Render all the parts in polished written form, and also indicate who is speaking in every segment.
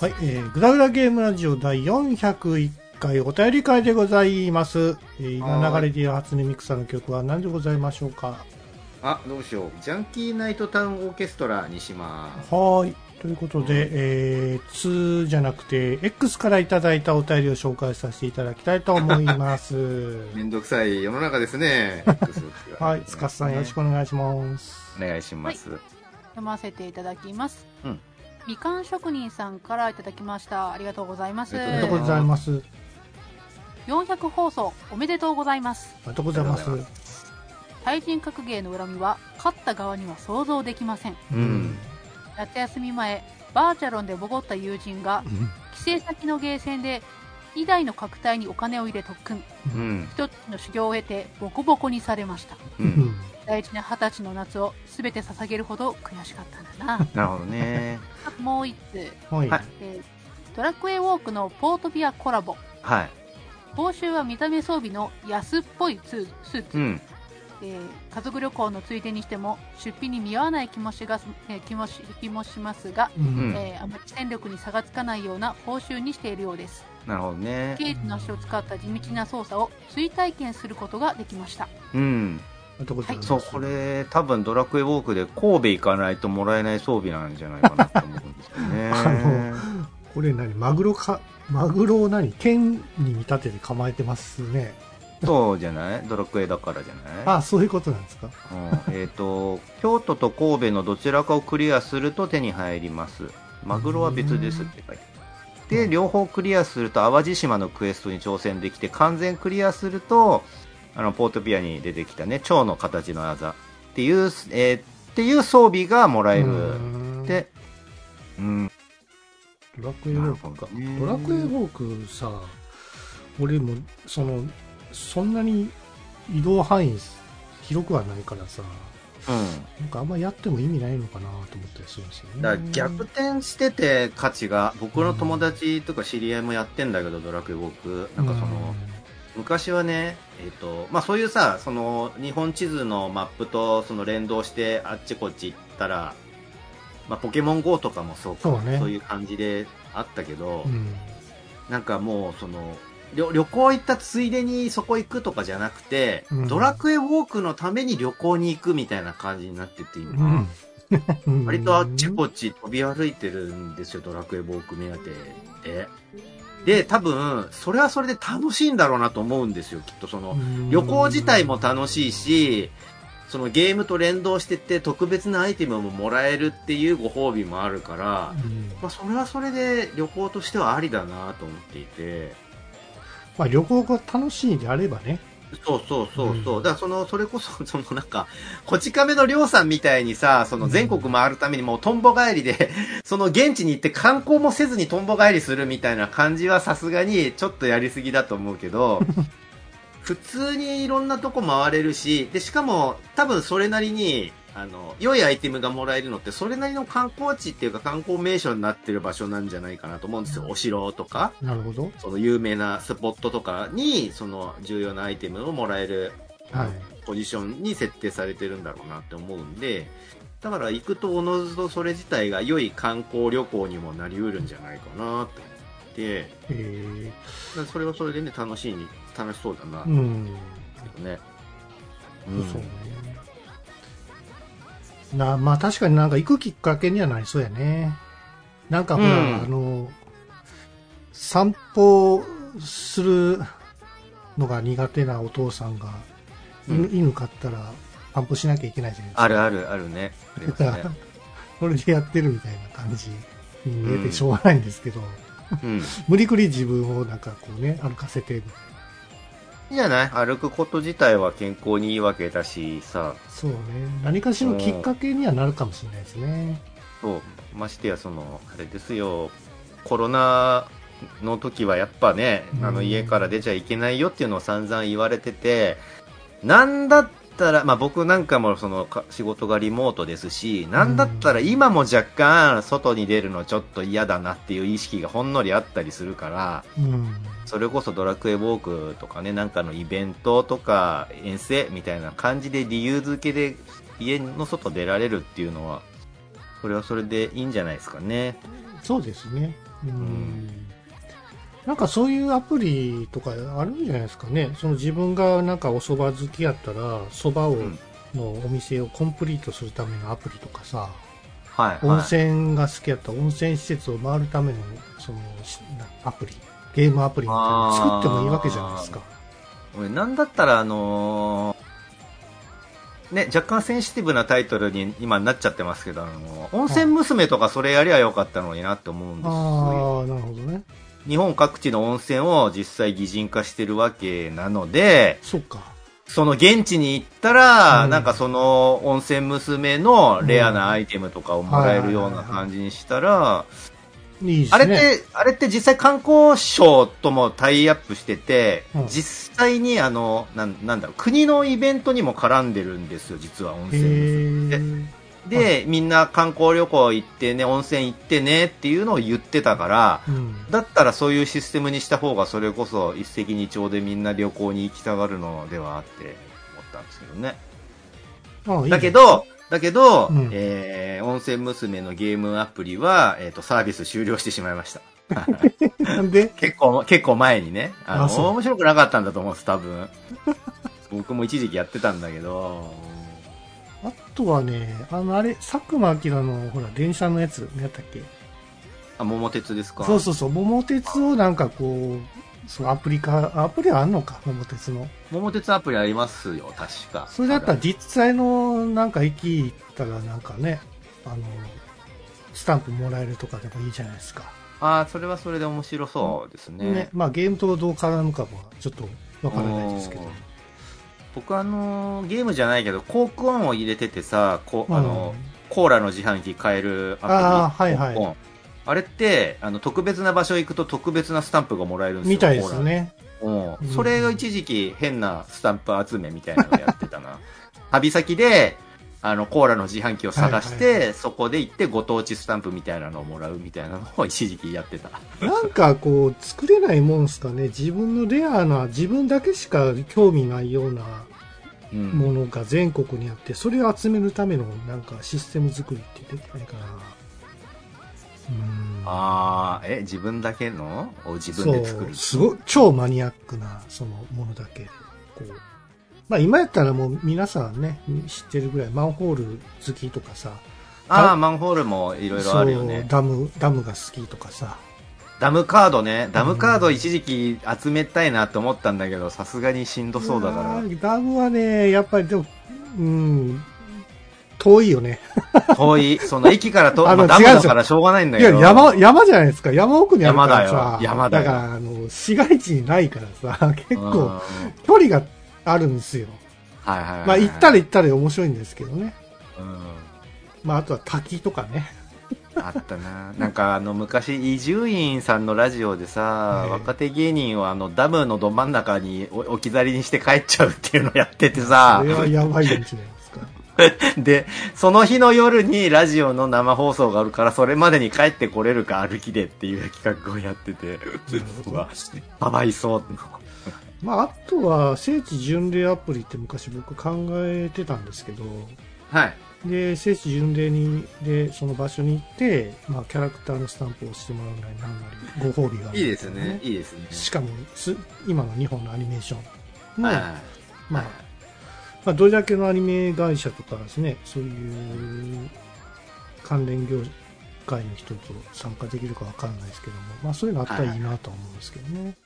Speaker 1: はい、グダグダゲームラジオ第401回お便り会でございます。今流れている初音ミクさんの曲は何でございましょうか。
Speaker 2: あ、どうしよう。ジャンキーナイトタウンオーケストラにします。
Speaker 1: はい。ということで、2じゃなくて X からいただいたお便りを紹介させていただきたいと思います。
Speaker 2: めんどくさい世の中ですね。
Speaker 1: はい、スカスさんよろしくお願いします。
Speaker 2: お願いします。
Speaker 3: はい、読ませていただきます。
Speaker 2: うん。
Speaker 3: みかん職人さんからいただきました。ありがとうございます。
Speaker 1: ありがとうございます。
Speaker 3: 400放送おめでとうございます。
Speaker 1: ありがとうございます。
Speaker 3: 対人格ゲーの恨みは勝った側には想像できません。
Speaker 1: うん。
Speaker 3: 夏休み前、バーチャロンでボコった友人が帰省先のゲーセンで2台の角体にお金を入れ特訓、一つの修行を経てボコボコにされました。大事な20歳の夏を全て捧げるほど悔しかったんだな。
Speaker 2: なるほどね。
Speaker 3: もう一つ、
Speaker 1: はい、
Speaker 3: ドラクエウォークのポートビアコラボ。
Speaker 2: はい。
Speaker 3: 報酬は見た目装備の安っぽいスーツ。家族旅行のついでにしても出費に見合わない気もしますが、あまり戦力に差がつかないような報酬にしているようです。
Speaker 2: なるほどね。
Speaker 3: 刑事の足を使った地道な操作を追体験することができました。
Speaker 2: うん。はい、そう、これ多分ドラクエウォークで神戸行かないともらえない装備なんじゃないかなと思うんですよね。
Speaker 1: これマグロを剣に見立てて構えてますね。
Speaker 2: そうじゃない、ドラクエだからじゃない。
Speaker 1: あ、そういうことなんですか。
Speaker 2: 京都と神戸のどちらかをクリアすると手に入ります。マグロは別ですって書いてある。で、両方クリアすると淡路島のクエストに挑戦できて、完全クリアするとポートピアに出てきたね、蝶の形のあざっていう、装備がもらえる。で、
Speaker 1: ドラクエウォークか。ドラクエウォークさ、俺もそんなに移動範囲広くはないからさ、なんかあんまやっても意味ないのかなと思ったりするんですよね。
Speaker 2: だから逆転してて価値が、僕の友達とか知り合いもやってんだけど、ドラクエウォークなんか昔はね、そういうさ、日本地図のマップと連動してあっちこっち行ったら、ポケモン GO とかもそういう感じであったけど、なんかもう旅行行ったついでにそこ行くとかじゃなくて、ドラクエウォークのために旅行に行くみたいな感じになってて、今、割とあっちこっち飛び歩いてるんですよ、ドラクエウォーク目当てで。で、多分、それはそれで楽しいんだろうなと思うんですよ、きっと旅行自体も楽しいし、ゲームと連動してて特別なアイテムももらえるっていうご褒美もあるから、それはそれで旅行としてはありだなと思っていて。
Speaker 1: 旅行が楽しいであればね。
Speaker 2: そう。だからそれこそ、なんか、こち亀のりょうさんみたいにさ、全国回るためにもうとんぼ帰りで、現地に行って観光もせずにとんぼ帰りするみたいな感じはさすがにちょっとやりすぎだと思うけど、普通にいろんなとこ回れるし、で、しかも多分それなりに、良いアイテムがもらえるのって、それなりの観光地っていうか観光名所になってる場所なんじゃないかなと思うんですよ。お城とか。
Speaker 1: なるほど。
Speaker 2: 有名なスポットとかに、重要なアイテムをもらえる、ポジションに設定されてるんだろうなって思うんで、だから行くとおのずとそれ自体が良い観光旅行にもなりうるんじゃないかなと思って、それはそれでね、楽しそうだなと思うんですけどね。
Speaker 1: そうね。確かになんか行くきっかけにはなりそうやね。なんかほら、散歩するのが苦手なお父さんが、犬飼ったら散歩しなきゃいけないじゃないですか。
Speaker 2: あるね。
Speaker 1: だからこれでやってるみたいな感じに見えてしょうがないんですけど、無理くり自分をなんかこうね、歩かせてる。
Speaker 2: いいじゃない？歩くこと自体は健康にいいわけだしさ。
Speaker 1: そうね。何かしらのきっかけにはなるかもしれないですね。
Speaker 2: そう。ましてや、あれですよ。コロナの時はやっぱね、家から出ちゃいけないよっていうのを散々言われてて、なんだったら、僕なんかも仕事がリモートですし、なんだったら今も若干外に出るのちょっと嫌だなっていう意識がほんのりあったりするから、それこそドラクエウォークとかね、なんかのイベントとか遠征みたいな感じで理由付けで家の外出られるっていうのは、それはそれでいいんじゃないですかね。
Speaker 1: そうですね。なんかそういうアプリとかあるんじゃないですかね。その自分がなんかお蕎麦好きやったら、蕎麦のお店をコンプリートするためのアプリとかさ、温泉が好きやったら温泉施設を回るためのそのアプリ、ゲームアプリみたいなの作ってもいいわけじゃないですか。
Speaker 2: 俺なんだったらね、若干センシティブなタイトルに今なっちゃってますけど、温泉娘とかそれやりゃよかったのになって思うんですよ。
Speaker 1: ああ、なるほどね。
Speaker 2: 日本各地の温泉を実際擬人化してるわけなので、
Speaker 1: そうか。
Speaker 2: その現地に行ったら、なんかその温泉娘のレアなアイテムとかをもらえるような感じにしたら、いいですね。あれって実際観光省ともタイアップしてて、実際になんだろう、国のイベントにも絡んでるんですよ、実は温泉娘って。で、みんな観光旅行行ってね、温泉行ってねっていうのを言ってたから、だったらそういうシステムにした方がそれこそ一石二鳥でみんな旅行に行きたがるのではって思ったんですけどね。だけど、温泉娘のゲームアプリは、サービス終了してしまいました。
Speaker 1: なんで
Speaker 2: 結構前にね、面白くなかったんだと思うんです、多分。僕も一時期やってたんだけど、
Speaker 1: あとはね、あれ、佐久間明の、ほら、電車のやつ、何やったっけ？
Speaker 2: 桃鉄ですか？
Speaker 1: そう、桃鉄をなんかこう、そのアプリはあんのか、桃鉄の。
Speaker 2: 桃鉄アプリありますよ、確か。
Speaker 1: それだったら実際のなんか駅行ったらなんかね、スタンプもらえるとかでもいいじゃないですか。
Speaker 2: それはそれで面白そうですね。
Speaker 1: まあゲームとどう絡むかはちょっとわからないですけど。
Speaker 2: 僕ゲームじゃないけど、コークオンを入れててさ、コーラの自販機買えるアプリ。あれって、特別な場所行くと特別なスタンプがもらえるんですよ。
Speaker 1: みたいですね。
Speaker 2: それが一時期変なスタンプ集めみたいなのやってたな。旅先で、コーラの自販機を探して、そこで行ってご当地スタンプみたいなのをもらうみたいなのを一時期やってた。
Speaker 1: なんかこう、作れないもんすかね。自分のレアな、自分だけしか興味ないようなものが全国にあって、それを集めるためのなんかシステム作りってできないか
Speaker 2: な。自分だけのを自分で作る。
Speaker 1: すごい、超マニアックな、そのものだけ。こう。まあ今やったらもう皆さんね、知ってるぐらい、マンホール好きとかさ。
Speaker 2: マンホールもいろいろあるよね。
Speaker 1: ダムが好きとかさ。
Speaker 2: ダムカードね。ダムカード一時期集めたいなと思ったんだけど、さすがにしんどそうだから。
Speaker 1: ダムはね、やっぱりでも、遠いよね。
Speaker 2: 遠い。その駅からダムだからしょうがないんだけど。
Speaker 1: いや、山じゃないですか。山奥にあるからさ。
Speaker 2: 山だよ。
Speaker 1: だから、市街地にないからさ、結構、距離があるんですよ。まあ、行ったら面白いんですけどね。まあ、あとは滝とかね。
Speaker 2: あったな。なんか昔、伊集院さんのラジオでさ、若手芸人をダムのど真ん中に置き去りにして帰っちゃうっていうのをやっててさ。
Speaker 1: それはやばいかもしれないですか。
Speaker 2: で、その日の夜にラジオの生放送があるから、それまでに帰ってこれるか歩きでっていう企画をやってて、かわいそう。
Speaker 1: まあ、あとは、聖地巡礼アプリって昔僕考えてたんですけど、
Speaker 2: はい。
Speaker 1: で、聖地巡礼で、その場所に行って、まあ、キャラクターのスタンプを押してもらうなり、なんなり、ご褒美がある、
Speaker 2: いいですね。いいですね。
Speaker 1: しかも、今の日本のアニメーションの、まあ、どれだけのアニメ会社とかですね、そういう関連業界の人と参加できるかわからないですけども、まあ、そういうのあったらいいなと思うんですけどね。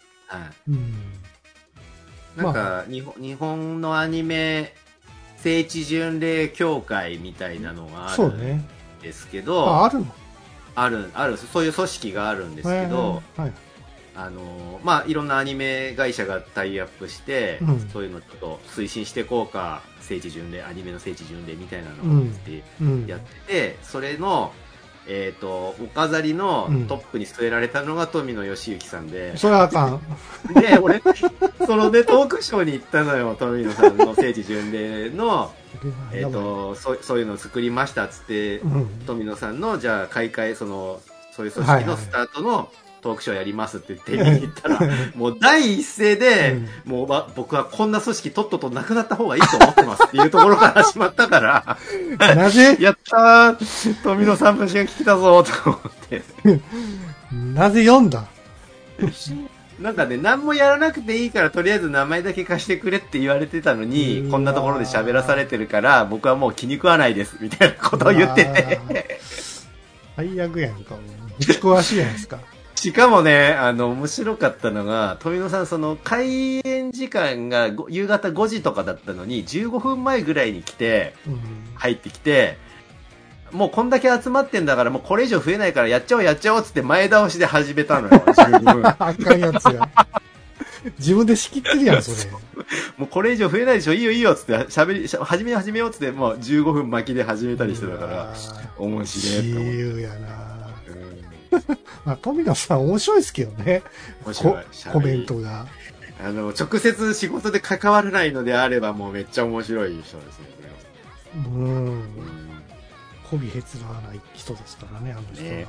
Speaker 2: なんか、日本のアニメ聖地巡礼協会みたいなのがあるんですけど、
Speaker 1: あるの？
Speaker 2: ある、そういう組織があるんですけど、まあ、いろんなアニメ会社がタイアップして、そういうのちょっと推進していこうか、聖地巡礼、アニメの聖地巡礼みたいなのをやってて、それの、お飾りのトップに据えられたのが富野義行さんで。
Speaker 1: それはあかん。
Speaker 2: で、俺、そのね、トークショーに行ったのよ、富野さんの聖地巡礼の、そういうのを作りましたっつって、富野さんの、じゃあ、そういう組織のスタートのトークショーやりますって言って見に行ったら、もう第一声で、もう僕はこんな組織とっととなくなった方がいいと思ってますっていうところから始まったから、
Speaker 1: なぜ
Speaker 2: やったー富野さん節が聞けたぞーと思って。
Speaker 1: なぜ読んだ
Speaker 2: なんかね、何もやらなくていいからとりあえず名前だけ貸してくれって言われてたのに、こんなところで喋らされてるから僕はもう気に食わないですみたいなことを言ってて。
Speaker 1: 最悪やんか。ぶち壊しじゃないですか。
Speaker 2: しかもね、面白かったのが、富野さん、その、開演時間が夕方5時とかだったのに、15分前ぐらいに来て、入ってきて、もうこんだけ集まってんだから、もうこれ以上増えないからやっちゃおうっつって前倒しで始めたのよ、15分。
Speaker 1: あかんやつや。自分で仕切ってるやん、それ。
Speaker 2: もうこれ以上増えないでしょ、いいよっつって、始めようっつって、もう15分巻きで始めたりしてたから、面白い。
Speaker 1: 自由やなまあ、富野さん面白いですけどね。面白い。コメントが。
Speaker 2: 直接仕事で関わらないのであれば、もうめっちゃ面白い人ですね、これは。
Speaker 1: 媚びへつらわない人ですからね、あの人はもう。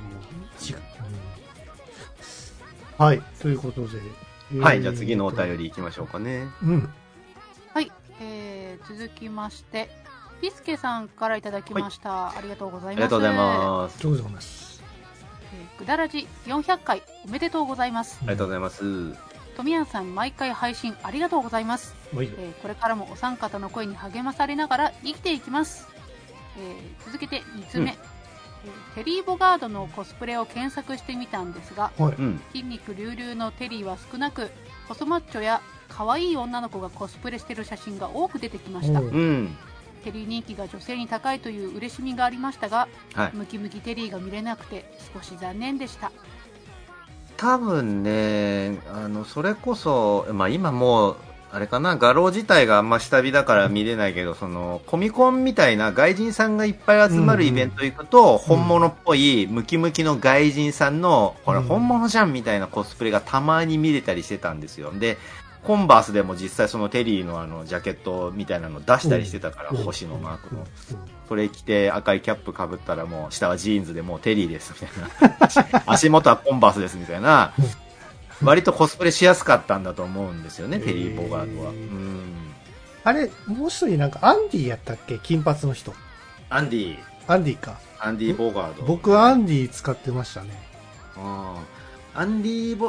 Speaker 1: はい、ということで。
Speaker 2: はい、じゃあ次のお便り行きましょうかね。
Speaker 3: はい、続きまして、ピスケさんからいただきました。ありがとうございます。あり
Speaker 2: がとうございます。
Speaker 1: ありがとうございます。
Speaker 3: ぐだらじ400回おめでとうございます。
Speaker 2: ありがとうございます。
Speaker 3: 富谷さん毎回配信ありがとうございます。これからもお三方の声に励まされながら生きていきます。続けて2つ目、テリー・ボガードのコスプレを検索してみたんですが、筋肉隆々のテリーは少なく、細マッチョや可愛い女の子がコスプレしている写真が多く出てきました。テリー人気が女性に高いという嬉しみがありましたが、ムキムキテリーが見れなくて少し残念でした。
Speaker 2: 多分ね、それこそ、まあ今もうあれかな、画廊自体があんま下火だから見れないけど、そのコミコンみたいな外人さんがいっぱい集まるイベント行くと、本物っぽいムキムキの外人さんのこれ本物じゃんみたいなコスプレがたまに見れたりしてたんですよ。でコンバースでも実際そのテリーのジャケットみたいなの出したりしてたから、星のマークのそれ着て赤いキャップかぶったらもう下はジーンズでもうテリーですみたいな足元はコンバースですみたいな、割とコスプレしやすかったんだと思うんですよね、テリー・ボガードは。
Speaker 1: あれ、もう一人なんかアンディやったっけ、金髪の人。
Speaker 2: アンディ
Speaker 1: か。
Speaker 2: アンディ・ボガード。
Speaker 1: 僕はアンディ使ってましたね。
Speaker 2: アンディ・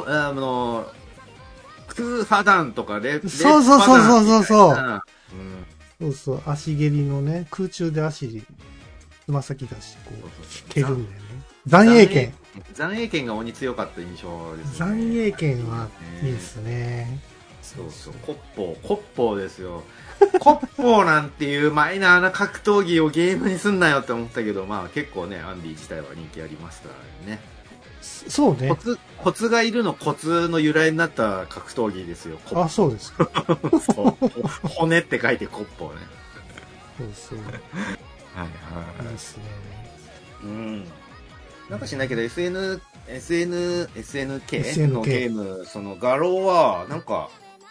Speaker 2: クーファダンとかで、
Speaker 1: そうそう。そうそう、足蹴りのね、空中で足、つま先出してこう、蹴るんだよね。残影剣。
Speaker 2: 残影剣が鬼強かった印象ですね。
Speaker 1: 残影剣はいいですね。
Speaker 2: そうそう、コッポーですよ。コッポーなんていうマイナーな格闘技をゲームにすんなよって思ったけど、まあ結構ね、アンディ自体は人気ありますからね。
Speaker 1: そうね。
Speaker 2: コツがいるのコツの由来になった格闘技ですよ。
Speaker 1: あ、そうですか。
Speaker 2: そう骨って書いてコッポーね。
Speaker 1: そう。はいはい。いいですね。
Speaker 2: なんかしないけど SNK のゲーム、その画廊はなんか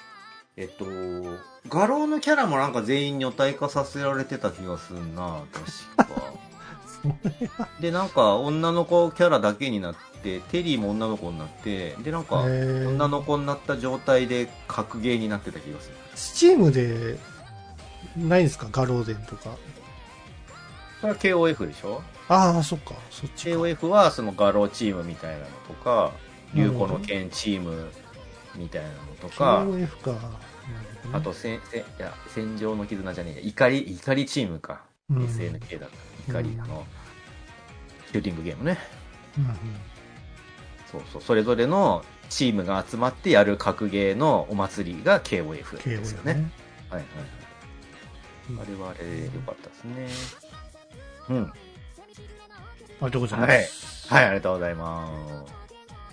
Speaker 2: 画廊のキャラもなんか全員女体化させられてた気がするな、確か。でなんか女の子キャラだけになってテリーも女の子になってでなんか女の子になった状態で格ゲーになってた気がする。
Speaker 1: スチームでないんですか、画廊伝とか。
Speaker 2: それは KOF でしょ。
Speaker 1: ああ、そっか、そっちか。
Speaker 2: KOF はその画廊チームみたいなのとか竜子の剣チームみたいなのとか、
Speaker 1: KOF か、
Speaker 2: あと戦場の絆じゃねえや、怒りチームか、SNK だった怒りのシューティングゲームね、そうそれぞれのチームが集まってやる格ゲーのお祭りが KOF ですよね。はい、あれはあれでよかったですね。あり
Speaker 1: がとうございます。
Speaker 2: はい、ありがとうございます。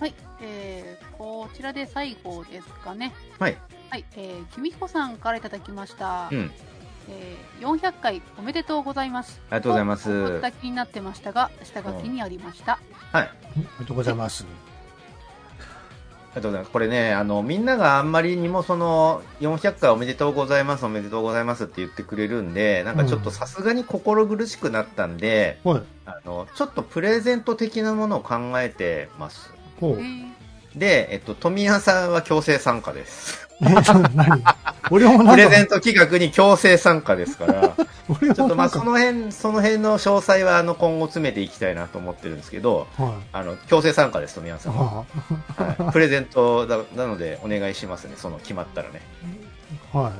Speaker 3: はい、こちらで最後ですかね。
Speaker 2: はい、
Speaker 3: きみひこさんからいただきました。400回おめでとうございます。
Speaker 2: ありがとうございます。
Speaker 3: 送った気になってましたが、下書きにありました。
Speaker 2: はい、
Speaker 1: ありがとうございます。
Speaker 2: ありがとうございます。これね、みんながあんまりにもその400回おめでとうございますおめでとうございますって言ってくれるんで、なんかちょっとさすがに心苦しくなったんで、ちょっとプレゼント的なものを考えてます。 で、富谷さんは強制参加です。
Speaker 1: 何俺もなんか
Speaker 2: プレゼント企画に強制参加ですから、
Speaker 1: 俺も
Speaker 2: ちょっとまあそ
Speaker 1: なんか
Speaker 2: の辺の詳細は今後詰めていきたいなと思ってるんですけど、
Speaker 1: はい、
Speaker 2: 強制参加です、富谷さんは。
Speaker 1: は
Speaker 2: プレゼントなのでお願いしますね、決まったらね。
Speaker 1: はい。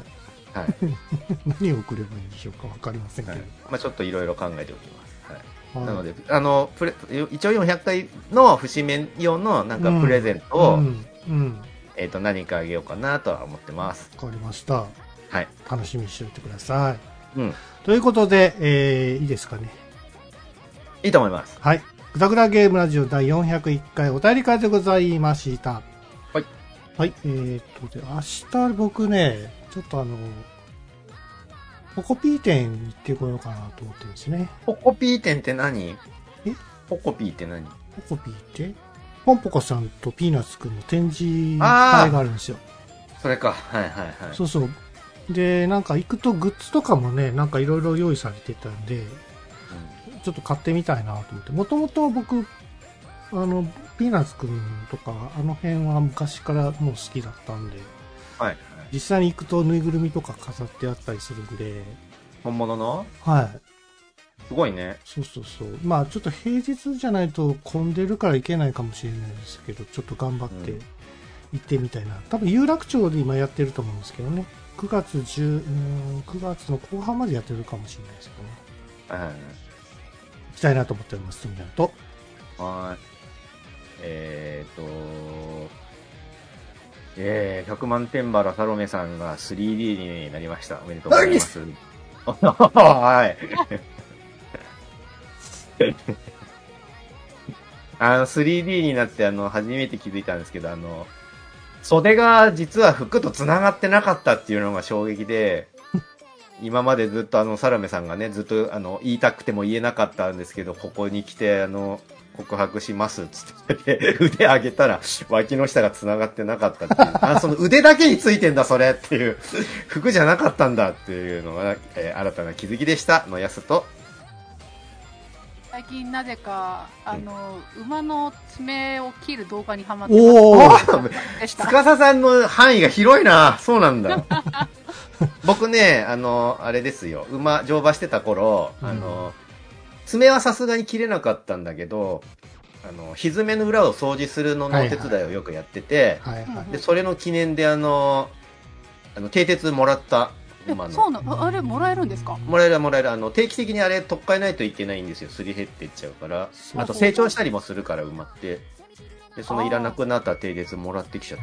Speaker 2: はい。
Speaker 1: 何を送ればいいんでしょうか、わかりませんけど。
Speaker 2: はい、まあちょっといろいろ考えておきます。はい。
Speaker 1: はい、
Speaker 2: なので、一応400回の節目用のなんかプレゼントを、何かあげようかなとは思ってます。
Speaker 1: わかりました。
Speaker 2: はい。
Speaker 1: 楽しみにしておいてください。
Speaker 2: うん。
Speaker 1: ということで、いいですかね。
Speaker 2: いいと思います。
Speaker 1: はい。ぐだぐだゲームラジオ第401回お便り会でございました。
Speaker 2: はい。
Speaker 1: はい。で、明日僕ね、ちょっとポコピー店に行ってこようかなと思ってるんですね。
Speaker 2: ポコピー店って何？ポコピーって何？
Speaker 1: ポコピーってポンポコさんとピーナッツくんの展示会があるんですよ。
Speaker 2: それか。はいはいはい。
Speaker 1: そうそう。で、なんか行くとグッズとかもね、なんかいろいろ用意されてたんで、ちょっと買ってみたいなと思って。もともと僕、ピーナッツくんとか、あの辺は昔からもう好きだったんで、
Speaker 2: はい。
Speaker 1: 実際に行くとぬいぐるみとか飾ってあったりするんで。
Speaker 2: 本物の？
Speaker 1: はい。
Speaker 2: すごいね。
Speaker 1: そうそうそう。まあちょっと平日じゃないと混んでるから行けないかもしれないですけど、ちょっと頑張って行ってみたいな。多分有楽町で今やってると思うんですけどね。9月の後半までやってるかもしれないですけどね。
Speaker 2: はい。
Speaker 1: 行きたいなと思っております。みたいなと。
Speaker 2: はい。100万点原サロメさんが 3D になりました。おめでとうございます。はい。3D になって初めて気づいたんですけど、袖が実は服と繋がってなかったっていうのが衝撃で、今までずっとサロメさんがね、ずっと言いたくても言えなかったんですけど、ここに来て告白しますっつって腕上げたら脇の下が繋がってなかったっていう。その腕だけについてんだそれっていう。服じゃなかったんだっていうのが、新たな気づきでしたのやすと。
Speaker 3: 最近なぜか馬の爪を切る動画にハマって
Speaker 2: ます。司さんの範囲が広いな。そうなんだ。僕ね、あれですよ。乗馬してた頃、爪はさすがに切れなかったんだけど、ひずめの裏を掃除するののお手伝いをよくやってて、で、それの記念で蹄鉄もらった。
Speaker 3: そうなの？あれもらえるんですか？
Speaker 2: もらえる。定期的にあれ取っ替えないといけないんですよ。すり減っていっちゃうから。あと成長したりもするから馬って。で、そのいらなくなった蹄鉄もらってきちゃった。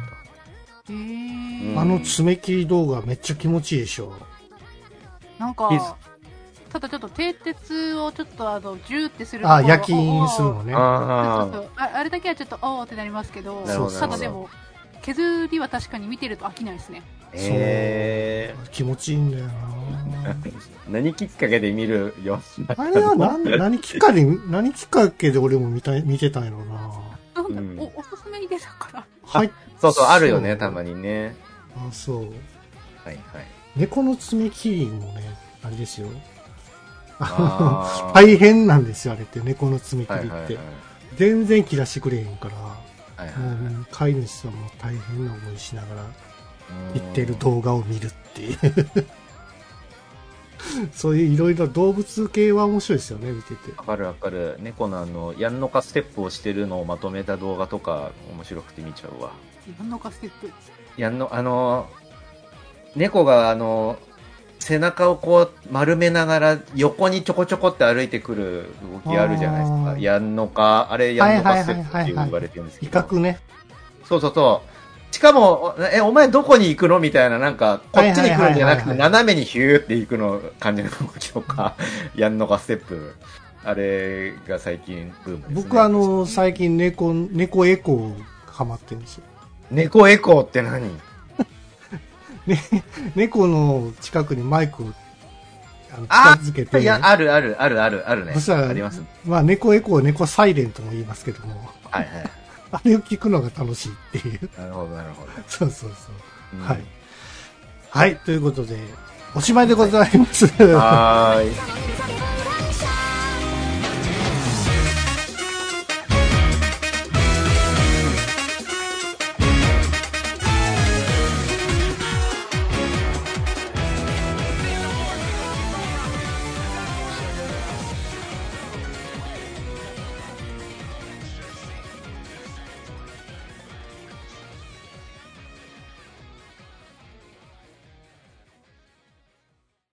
Speaker 1: 爪切り動画めっちゃ気持ちいいでしょ。
Speaker 3: なんか、ただちょっと蹄鉄をちょっとジューってする
Speaker 1: ところ。焼きにするのね。
Speaker 3: あれだけはちょっとおーってなりますけど、ただでも、削りは確かに見てると飽きないですね。
Speaker 1: 気持ちいいんだよな。
Speaker 2: 何きっかけで見るよ。
Speaker 1: あれは何きっかけで俺も見てたんやろうな。
Speaker 3: おすすめに出たから。
Speaker 1: はい。
Speaker 2: そうそう、あるよね、たまにね。
Speaker 1: そう。
Speaker 2: はいはい。
Speaker 1: 猫の爪切りもね、あれですよ。大変なんですよ、あれって、猫の爪切りって。全然切らしてくれへんから、もう飼い主さんも大変な思いしながら、言ってる動画を見るっていうそういういろいろ動物系は面白いですよね、見てて。
Speaker 2: わかる。猫のやんのかステップをしてるのをまとめた動画とか面白くて見ちゃうわ。
Speaker 3: やんのかステップ？
Speaker 2: 猫が背中をこう丸めながら横にちょこちょこって歩いてくる動きあるじゃないですか。やんのか、あれやんのかステップって言われてるんですけど。
Speaker 1: 威嚇ね。
Speaker 2: そう。しかも、お前どこに行くのみたいな、なんか、こっちに来るんじゃなくて、斜めにヒューって行くの感じの動きとか、やんのかステップ。あれが最近ブームですね。
Speaker 1: 僕最近猫エコーハマってるんですよ。
Speaker 2: 猫エコーって何？
Speaker 1: 猫の近くにマイクを近づけて。
Speaker 2: いや、あるね。
Speaker 1: そしたら、
Speaker 2: あります。
Speaker 1: まあ、猫エコー、猫サイレンとも言いますけども。
Speaker 2: はい。
Speaker 1: あれを聞くのが楽しいっていう。
Speaker 2: なるほど。
Speaker 1: そう。はい。はい、ということで、おしまいでございます。
Speaker 2: はい。